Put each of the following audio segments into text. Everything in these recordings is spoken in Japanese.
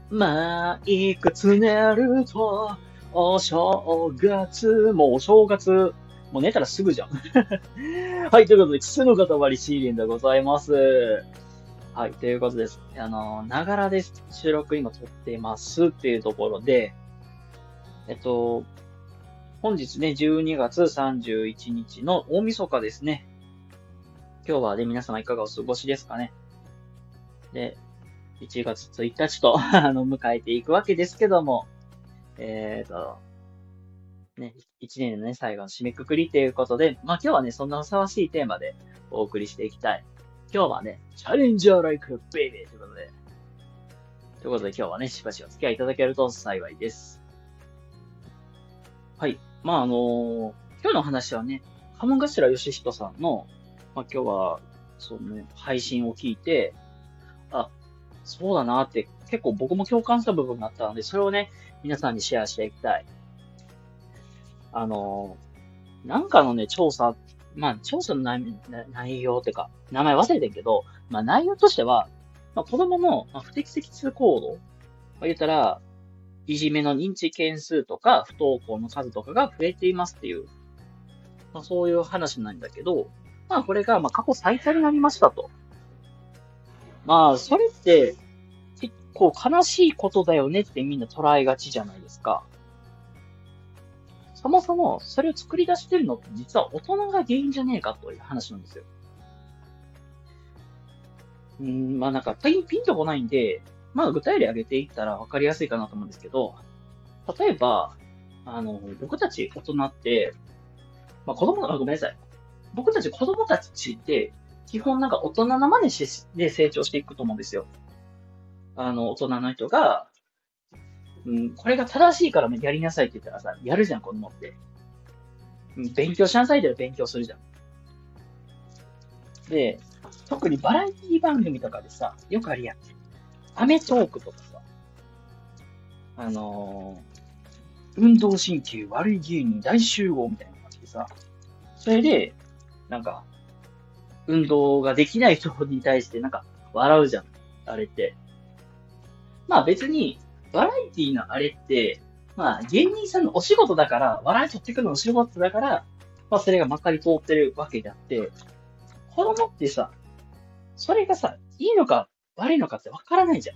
まあ、いくつ寝ると、お正月、もうお正月、もう寝たらすぐじゃん。はい、ということで、キスの塊シーリンでございます。はい、ということです。ながらで収録今撮ってますっていうところで、えっと、本日ね、12月31日の大晦日ですね。今日はね、皆様いかがお過ごしですかね。で、1月1日と迎えていくわけですけども、えっと、ね、1年のね、最後の締めくくりということで、まあ今日はね、そんなふさわしいテーマでお送りしていきたい。今日はね、チャレンジャーライクベイビーということで今日はね、しばしお付き合いいただけると幸いです。はい。まあ今日の話はね、鴨頭義人さんの、まあ今日は、そのね、配信を聞いて、あ、そうだなって結構僕も共感した部分があったので、それをね、皆さんにシェアしていきたい。あのなんかのね、調査、まあ、調査の内容ってか、名前忘れてんけど、まあ内容としては、まあ子供の、不適切行動、言ったら、いじめの認知件数とか、不登校の数とかが増えていますっていう、まあそういう話なんだけど、まあこれが、過去最多になりましたと。まあ、それって、結構悲しいことだよねってみんな捉えがちじゃないですか。そもそも、それを作り出してるのって実は大人が原因じゃねえかという話なんですよ。なんか、ピンとこないんで、具体例挙げていったら分かりやすいかなと思うんですけど、例えば、僕たち大人って、ごめんなさい。僕たち子供たちって、基本なんか大人の真似で成長していくと思うんですよ。大人の人が、これが正しいからやりなさいって言ったらさ、やるじゃん、子供って。勉強しなさいって言ったら勉強するじゃん。で、特にバラエティ番組とかでさ、よくあるやん。アメトークとかさ、あの運動神経悪い芸人大集合みたいな感じでさ、それで、なんか、運動ができない人に対してなんか、笑うじゃん。あれって。まあ別に、バラエティのあれって、芸人さんのお仕事だから、笑い取ってくるのお仕事だから、それがまかり通ってるわけであって、子供ってさ、それがさ、いいのか悪いのかってわからないじゃん。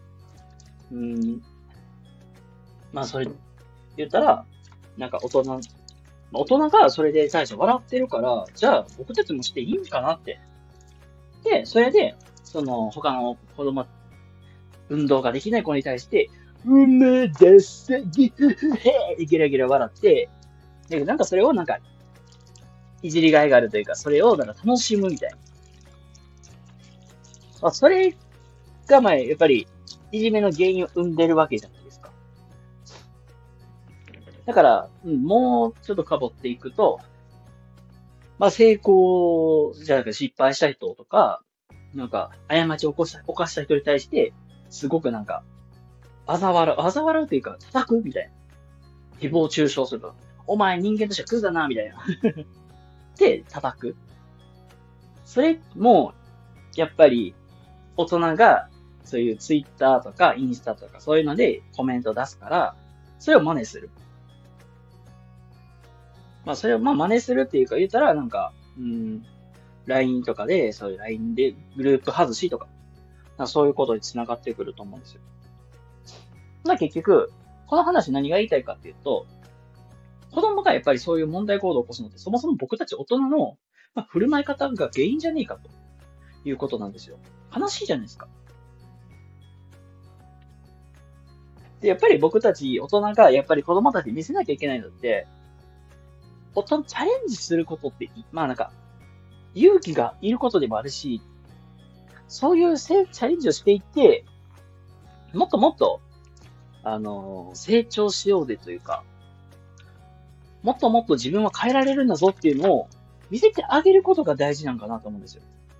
それ言ったら、なんか大人がそれで最初笑ってるから、じゃあ僕たちもしていいんかなって。で、それで、他の子供、運動ができない子に対して、うめださぎ、へーギラギラ笑って、で、なんかそれをなんか、いじりがいがあるというか、それをなんか楽しむみたいな。それがやっぱり、いじめの原因を生んでるわけじゃないですか。だから、もうちょっとかぼっていくと、成功じゃなくて失敗した人とか、なんか、過ちを犯した人に対して、すごくなんか、嘲笑うっていうか、叩くみたいな。誹謗中傷すると。お前人間としてはクズだな、みたいな。で、叩く。それも、やっぱり、大人が、そういうツイッターとかインスタとかそういうのでコメント出すから、それを真似する。それを真似するっていうか言ったら、なんか、LINE とかで、そういう LINE でグループ外しとか、そういうことに繋がってくると思うんですよ。結局、この話何が言いたいかっていうと、子供がやっぱりそういう問題行動を起こすのって、そもそも僕たち大人の、振る舞い方が原因じゃねえかということなんですよ。悲しいじゃないですか。で、やっぱり僕たち大人がやっぱり子供たちに見せなきゃいけないのって、大人チャレンジすることって、なんか、勇気がいることでもあるし、そういうチャレンジをしていって、もっともっと、成長しようでというか、もっともっと自分は変えられるんだぞっていうのを見せてあげることが大事なんかなと思うんですよ。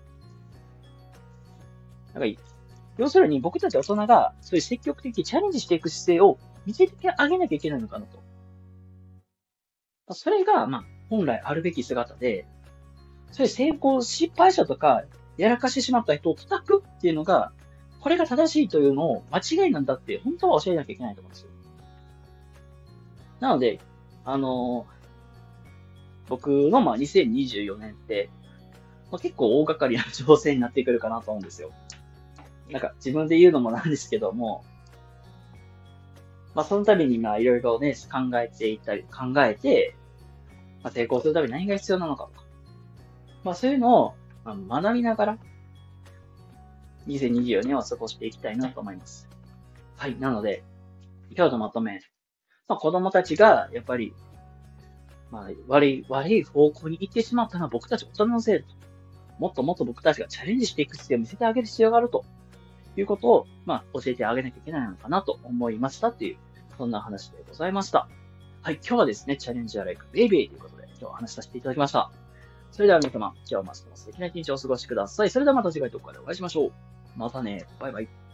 なんか、要するに僕たち大人がそういう積極的にチャレンジしていく姿勢を見せてあげなきゃいけないのかなと。それが、本来あるべき姿で、そういう失敗者とか、やらかしてしまった人を叩くっていうのが、 これが正しいというのを間違いなんだって本当は教えなきゃいけないと思うんですよ。なので、僕の2024年って、結構大掛かりな挑戦になってくるかなと思うんですよ。なんか自分で言うのもなんですけども、その度にいろいろね、考えて、成功するために何が必要なのかとか。そういうのを、学びながら、2024年を過ごしていきたいなと思います。はい。なので、今日のまとめ。子供たちが、やっぱり、悪い方向に行ってしまったのは僕たち大人のせいだと。もっともっと僕たちがチャレンジしていく姿勢を見せてあげる必要があるということを、教えてあげなきゃいけないのかなと思いましたっていう、そんな話でございました。はい。今日はですね、チャレンジアライクベイベーということで、今日お話しさせていただきました。それでは皆様、今日も素敵な一日をお過ごしください。それではまた次回どこかでお会いしましょう。またね。バイバイ。